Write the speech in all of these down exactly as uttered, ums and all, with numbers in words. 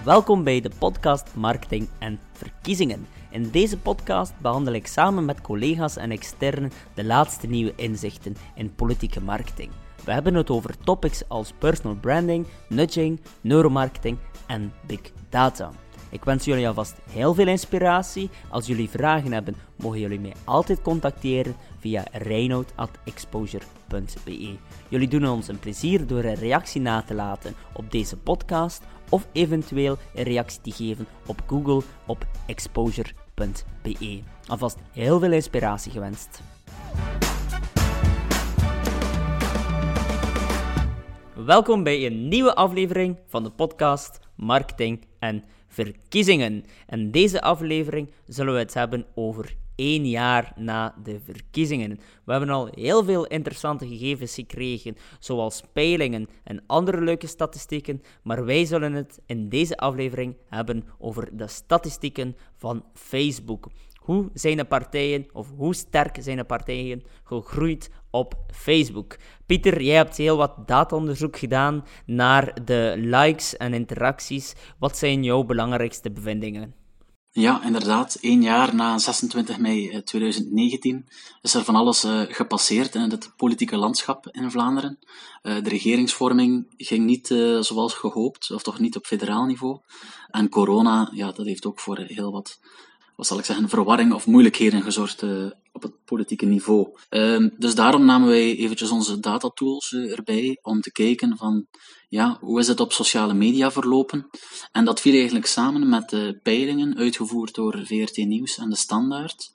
Welkom bij de podcast Marketing en Verkiezingen. In deze podcast behandel ik samen met collega's en externen de laatste nieuwe inzichten in politieke marketing. We hebben het over topics als personal branding, nudging, neuromarketing en big data. Ik wens jullie alvast heel veel inspiratie. Als jullie vragen hebben, mogen jullie mij altijd contacteren via reinoud at exposure punt b e. Jullie doen ons een plezier door een reactie na te laten op deze podcast of eventueel een reactie te geven op Google op exposure punt b e. Alvast heel veel inspiratie gewenst. Welkom bij een nieuwe aflevering van de podcast Marketing en Verkiezingen. En deze aflevering zullen we het hebben over één jaar na de verkiezingen. We hebben al heel veel interessante gegevens gekregen, zoals peilingen en andere leuke statistieken, maar wij zullen het in deze aflevering hebben over de statistieken van Facebook. Hoe zijn de partijen, of hoe sterk zijn de partijen gegroeid op Facebook? Pieter, jij hebt heel wat dataonderzoek gedaan naar de likes en interacties. Wat zijn jouw belangrijkste bevindingen? Ja, inderdaad. Eén jaar na zesentwintig mei tweeduizend negentien is er van alles uh, gepasseerd in het politieke landschap in Vlaanderen. Uh, de regeringsvorming ging niet uh, zoals gehoopt, of toch niet op federaal niveau. En corona, ja, dat heeft ook voor heel wat, wat zal ik zeggen, verwarring of moeilijkheden gezorgd uh, op het politieke niveau. Uh, dus daarom namen wij eventjes onze datatools uh, erbij om te kijken van, ja, hoe is het op sociale media verlopen? En dat viel eigenlijk samen met de peilingen uitgevoerd door V R T Nieuws en De Standaard.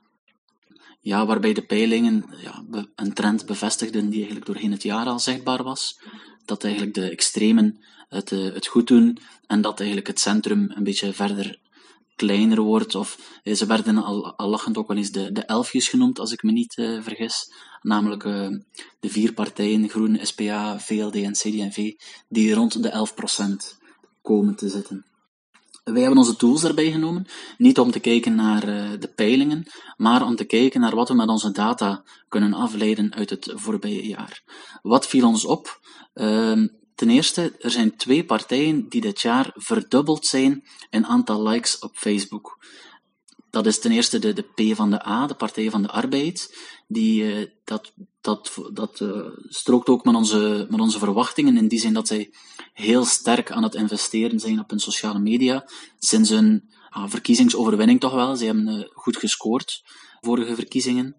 Ja, waarbij de peilingen ja, een trend bevestigden die eigenlijk doorheen het jaar al zichtbaar was. Dat eigenlijk de extremen het, uh, het goed doen en dat eigenlijk het centrum een beetje verder kleiner wordt, of ze werden al, al lachend ook wel eens de, de elfjes genoemd, als ik me niet uh, vergis. Namelijk uh, de vier partijen, Groen, S P A, V L D en C D en V, die rond de elf procent komen te zitten. Wij hebben onze tools erbij genomen, niet om te kijken naar uh, de peilingen, maar om te kijken naar wat we met onze data kunnen afleiden uit het voorbije jaar. Wat viel ons op? Uh, Ten eerste, er zijn twee partijen die dit jaar verdubbeld zijn in aantal likes op Facebook. Dat is ten eerste de, de P van de A, de Partij van de Arbeid. Die, uh, dat dat, dat uh, strookt ook met onze, met onze verwachtingen, in die zin dat zij heel sterk aan het investeren zijn op hun sociale media. Sinds hun uh, verkiezingsoverwinning toch wel. Ze hebben uh, goed gescoord, vorige verkiezingen.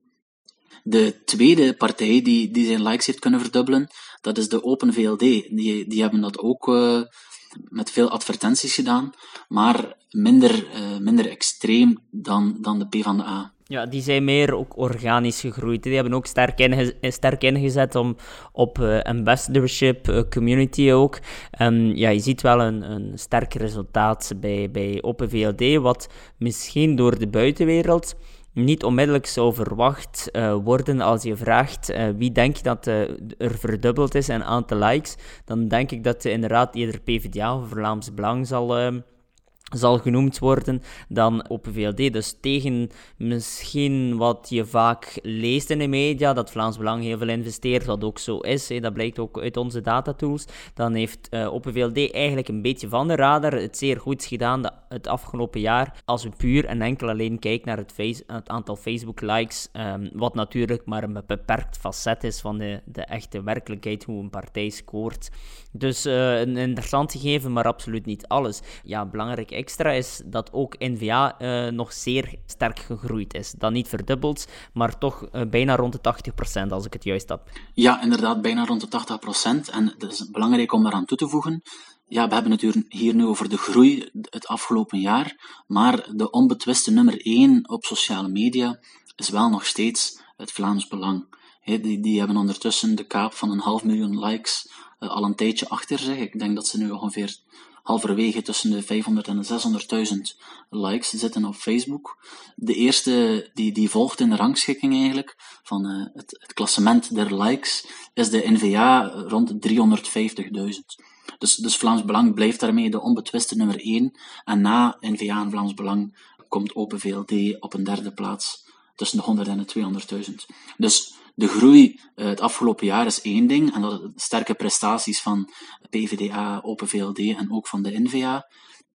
De tweede partij die, die zijn likes heeft kunnen verdubbelen, dat is de Open V L D. Die, die hebben dat ook uh, met veel advertenties gedaan, maar minder, uh, minder extreem dan, dan de P van de A. Ja, die zijn meer ook organisch gegroeid. Die hebben ook sterk, inge- sterk ingezet om, op uh, ambassadorship, uh, community ook. Um, ja, je ziet wel een, een sterk resultaat bij, bij Open V L D, wat misschien door de buitenwereld niet onmiddellijk zou verwacht uh, worden als je vraagt uh, wie denk je dat uh, er verdubbeld is in aantal likes, dan denk ik dat uh, inderdaad eerder P V D A of Vlaams Belang zal, uh, zal genoemd worden dan Open V L D. Dus tegen misschien wat je vaak leest in de media, dat Vlaams Belang heel veel investeert, wat ook zo is, hè, dat blijkt ook uit onze datatools, dan heeft uh, Open V L D eigenlijk een beetje van de radar het zeer goed gedaan de, het afgelopen jaar, als we puur en enkel alleen kijken naar het, face, het aantal Facebook-likes, um, wat natuurlijk maar een beperkt facet is van de, de echte werkelijkheid, hoe een partij scoort. Dus uh, een interessant gegeven, maar absoluut niet alles. Ja, belangrijk extra is dat ook N V A uh, nog zeer sterk gegroeid is. Dan niet verdubbeld, maar toch uh, bijna rond de tachtig procent, als ik het juist heb. Ja, inderdaad, bijna rond de tachtig procent. En het is belangrijk om daaraan toe te voegen. Ja, we hebben het hier nu over de groei het afgelopen jaar, maar de onbetwiste nummer één op sociale media is wel nog steeds het Vlaams Belang. He, die, die hebben ondertussen de kaap van een half miljoen likes uh, al een tijdje achter zich. Ik denk dat ze nu ongeveer halverwege tussen de vijfhonderd en de zeshonderdduizend likes zitten op Facebook. De eerste die, die volgt in de rangschikking eigenlijk, van uh, het, het klassement der likes, is de N V A rond de driehonderdvijftigduizend. Dus, dus Vlaams Belang blijft daarmee de onbetwiste nummer één. En na N V A en Vlaams Belang komt Open V L D op een derde plaats, tussen de honderd en de tweehonderdduizend. Dus de groei uh, het afgelopen jaar is één ding, en dat de sterke prestaties van P V D A, Open V L D en ook van de N V A.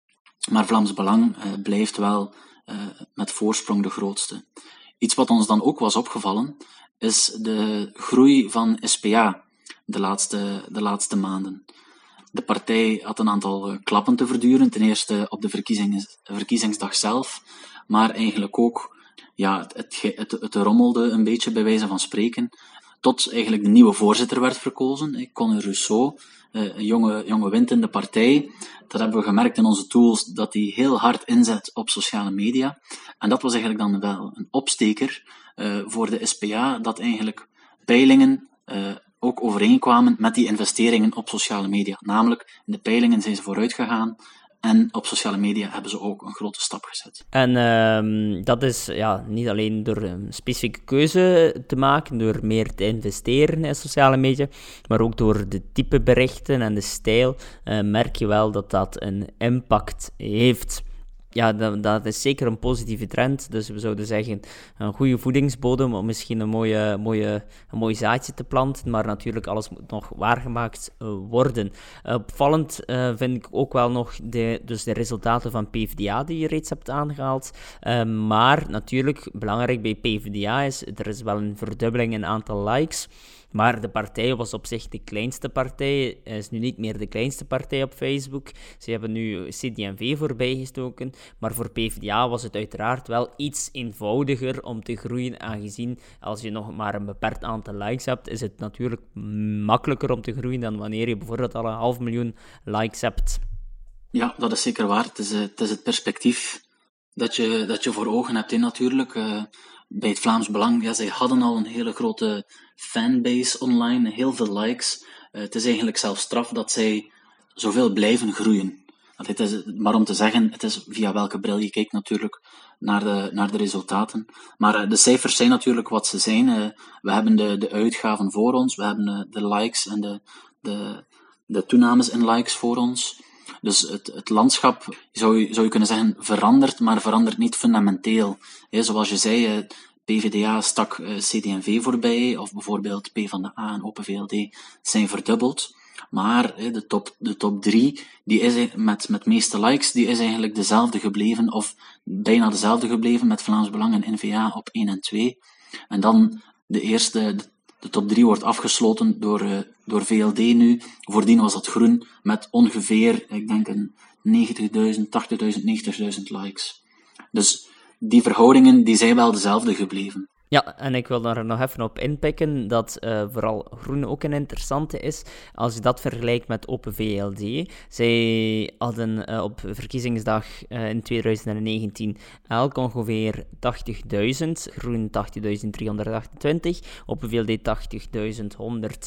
maar Vlaams Belang uh, blijft wel uh, met voorsprong de grootste. Iets wat ons dan ook was opgevallen, is de groei van S P A de laatste, de laatste maanden. De partij had een aantal uh, klappen te verduren, ten eerste op de verkiezings, verkiezingsdag zelf, maar eigenlijk ook, ja, het, het, het, het rommelde een beetje bij wijze van spreken, tot eigenlijk de nieuwe voorzitter werd verkozen, Conor Rousseau, een jonge, jonge wind in de partij. Dat hebben we gemerkt in onze tools, dat hij heel hard inzet op sociale media. En dat was eigenlijk dan wel een opsteker uh, voor de S P A, dat eigenlijk peilingen uh, ook overeenkwamen met die investeringen op sociale media. Namelijk, in de peilingen zijn ze vooruit gegaan. En op sociale media hebben ze ook een grote stap gezet. En uh, dat is ja, niet alleen door een specifieke keuze te maken, door meer te investeren in sociale media, maar ook door de type berichten en de stijl, uh, merk je wel dat dat een impact heeft. Ja, dat, dat is zeker een positieve trend. Dus we zouden zeggen, een goede voedingsbodem om misschien een mooie, mooie, een mooi zaadje te planten, maar natuurlijk alles moet nog waargemaakt uh, worden. Uh, opvallend uh, vind ik ook wel nog de, dus de resultaten van P v d A die je reeds hebt aangehaald. Uh, maar natuurlijk, belangrijk bij P v d A is, er is wel een verdubbeling in aantal likes. Maar de partij was op zich de kleinste partij, is nu niet meer de kleinste partij op Facebook. Ze hebben nu C D en V voorbij gestoken, maar voor P v d A was het uiteraard wel iets eenvoudiger om te groeien, aangezien als je nog maar een beperkt aantal likes hebt, is het natuurlijk makkelijker om te groeien dan wanneer je bijvoorbeeld al een half miljoen likes hebt. Ja, dat is zeker waar. Het is, het, is het perspectief dat je, dat je voor ogen hebt, in natuurlijk. Uh... Bij het Vlaams Belang, ja, zij hadden al een hele grote fanbase online, heel veel likes. Uh, het is eigenlijk zelfs straf dat zij zoveel blijven groeien. Want het is, maar om te zeggen, het is via welke bril je kijkt natuurlijk naar de, naar de resultaten. Maar uh, de cijfers zijn natuurlijk wat ze zijn. Uh, we hebben de, de uitgaven voor ons, we hebben uh, de likes en de, de, de toenames in likes voor ons. Dus het, het landschap, zou je, zou je kunnen zeggen, verandert, maar verandert niet fundamenteel. He, zoals je zei, P v d A stak C D en V voorbij, of bijvoorbeeld PvdA en Open V L D zijn verdubbeld. Maar de top, de top drie, die is met, met meeste likes, die is eigenlijk dezelfde gebleven, of bijna dezelfde gebleven, met Vlaams Belang en N V A op één en twee. En dan de eerste, de, de top drie wordt afgesloten door, uh, door V L D nu. Voordien was dat groen, met ongeveer, ik denk, een negentigduizend, tachtigduizend, negentigduizend likes. Dus die verhoudingen, die zijn wel dezelfde gebleven. Ja, en ik wil daar nog even op inpikken dat uh, vooral groen ook een interessante is. Als je dat vergelijkt met Open V L D. Zij hadden uh, op verkiezingsdag uh, in twintig negentien elk ongeveer tachtigduizend. Groen tachtigduizend driehonderdachtentwintig. Open V L D tachtigduizend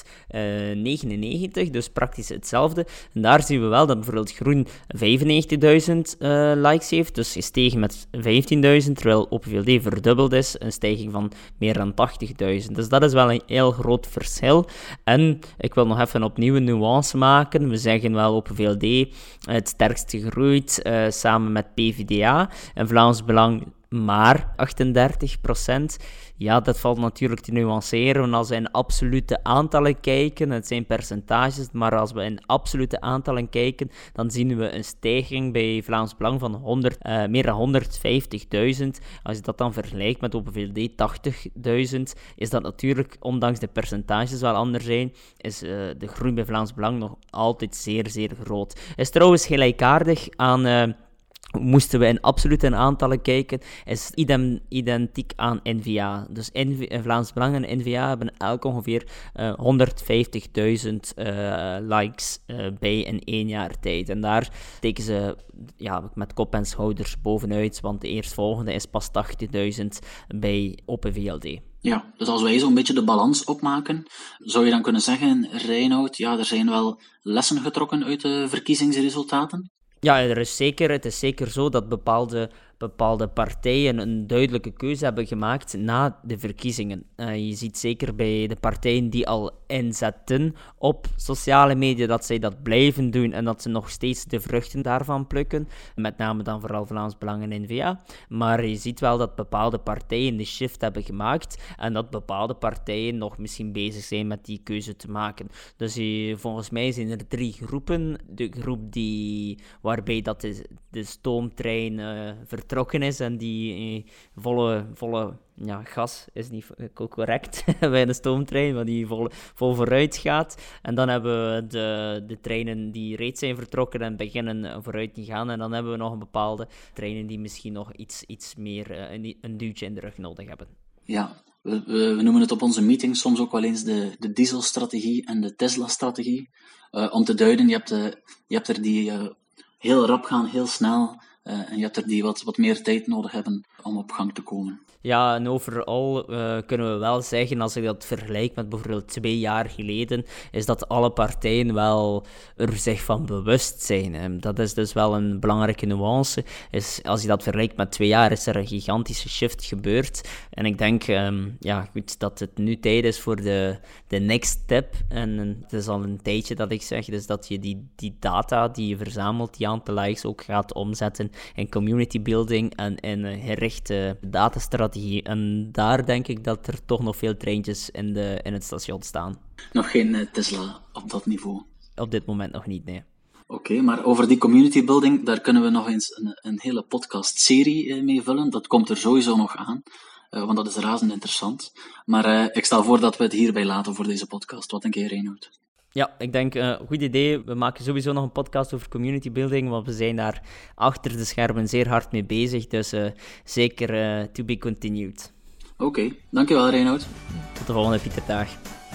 honderdnegenennegentig. Dus praktisch hetzelfde. En daar zien we wel dat bijvoorbeeld groen vijfennegentigduizend uh, likes heeft. Dus gestegen met vijftienduizend. Terwijl Open V L D verdubbeld is. Een stijging van meer dan tachtigduizend. Dus dat is wel een heel groot verschil. En ik wil nog even opnieuw een nuance maken. We zeggen wel Open V L D het sterkst gegroeid, uh, samen met P v d A. En Vlaams Belang maar achtendertig procent. Ja, dat valt natuurlijk te nuanceren, want als we in absolute aantallen kijken, het zijn percentages, maar als we in absolute aantallen kijken, dan zien we een stijging bij Vlaams Belang van honderd, uh, meer dan honderdvijftigduizend. Als je dat dan vergelijkt met Open V L D tachtigduizend, is dat natuurlijk, ondanks de percentages wel anders zijn, is uh, de groei bij Vlaams Belang nog altijd zeer, zeer groot. Is trouwens gelijkaardig aan... Uh, Moesten we in absolute aantallen kijken, is idem, identiek aan N V A. Dus N V, Vlaams Belang en N V A hebben elk ongeveer uh, honderdvijftigduizend uh, likes uh, bij in één jaar tijd. En daar steken ze ja, met kop en schouders bovenuit, want de eerstvolgende is pas tachtigduizend bij Open V L D. Ja, dus als wij zo'n beetje de balans opmaken, zou je dan kunnen zeggen, Reinoud, ja, er zijn wel lessen getrokken uit de verkiezingsresultaten? Ja, er is zeker, het is zeker zo dat bepaalde bepaalde partijen een duidelijke keuze hebben gemaakt na de verkiezingen. Uh, je ziet zeker bij de partijen die al inzetten op sociale media dat zij dat blijven doen en dat ze nog steeds de vruchten daarvan plukken. Met name dan vooral Vlaams Belang en N-V A. Maar je ziet wel dat bepaalde partijen de shift hebben gemaakt en dat bepaalde partijen nog misschien bezig zijn met die keuze te maken. Dus je, volgens mij zijn er drie groepen. De groep die, waarbij dat de, de stoomtrein uh, vertrokken is en die uh, volle, volle ja, gas is niet correct bij de stoomtrein, maar die vol, vol vooruit gaat. En dan hebben we de, de treinen die reeds zijn vertrokken en beginnen vooruit te gaan. En dan hebben we nog een bepaalde treinen die misschien nog iets, iets meer uh, een, een duwtje in de rug nodig hebben. Ja, we, we, we noemen het op onze meetings soms ook wel eens de, de dieselstrategie en de Tesla-strategie. Uh, om te duiden, je hebt, uh, je hebt er die uh, heel rap gaan, heel snel, uh, en je hebt er die wat, wat meer tijd nodig hebben om op gang te komen. Ja, en overal uh, kunnen we wel zeggen, als ik dat vergelijk met bijvoorbeeld twee jaar geleden, is dat alle partijen wel er zich van bewust zijn. Hè. Dat is dus wel een belangrijke nuance. Is, als je dat vergelijkt met twee jaar, is er een gigantische shift gebeurd. En ik denk um, ja, goed, dat het nu tijd is voor de, de next step. En het is al een tijdje dat ik zeg, dus dat je die, die data die je verzamelt, die aantal likes, ook gaat omzetten in community building en in een gerichte datastrategie. En daar denk ik dat er toch nog veel treintjes in, de, in het station staan. Nog geen uh, Tesla op dat niveau? Op dit moment nog niet, nee. Oké, okay, maar over die community building, daar kunnen we nog eens een, een hele podcastserie uh, mee vullen. Dat komt er sowieso nog aan, uh, want dat is razend interessant. Maar uh, ik stel voor dat we het hierbij laten voor deze podcast. Wat denk jij, Reinoud? Ja, ik denk een uh, goed idee. We maken sowieso nog een podcast over community building, want we zijn daar achter de schermen zeer hard mee bezig. Dus uh, zeker uh, to be continued. Oké, okay, dankjewel Reinoud. Tot de volgende Pieterdag.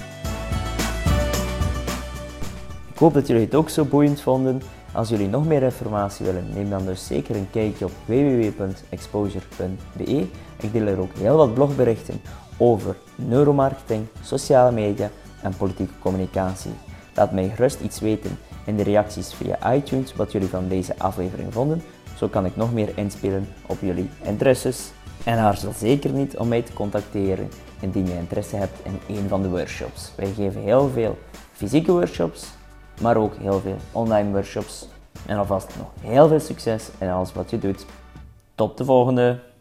Ik hoop dat jullie het ook zo boeiend vonden. Als jullie nog meer informatie willen, neem dan dus zeker een kijkje op w w w punt exposure punt b e. Ik deel er ook heel wat blogberichten over neuromarketing, sociale media en politieke communicatie. Laat mij gerust iets weten in de reacties via iTunes wat jullie van deze aflevering vonden. Zo kan ik nog meer inspelen op jullie interesses. En aarzel zeker niet om mij te contacteren indien je interesse hebt in een van de workshops. Wij geven heel veel fysieke workshops, maar ook heel veel online workshops. En alvast nog heel veel succes in alles wat je doet. Tot de volgende!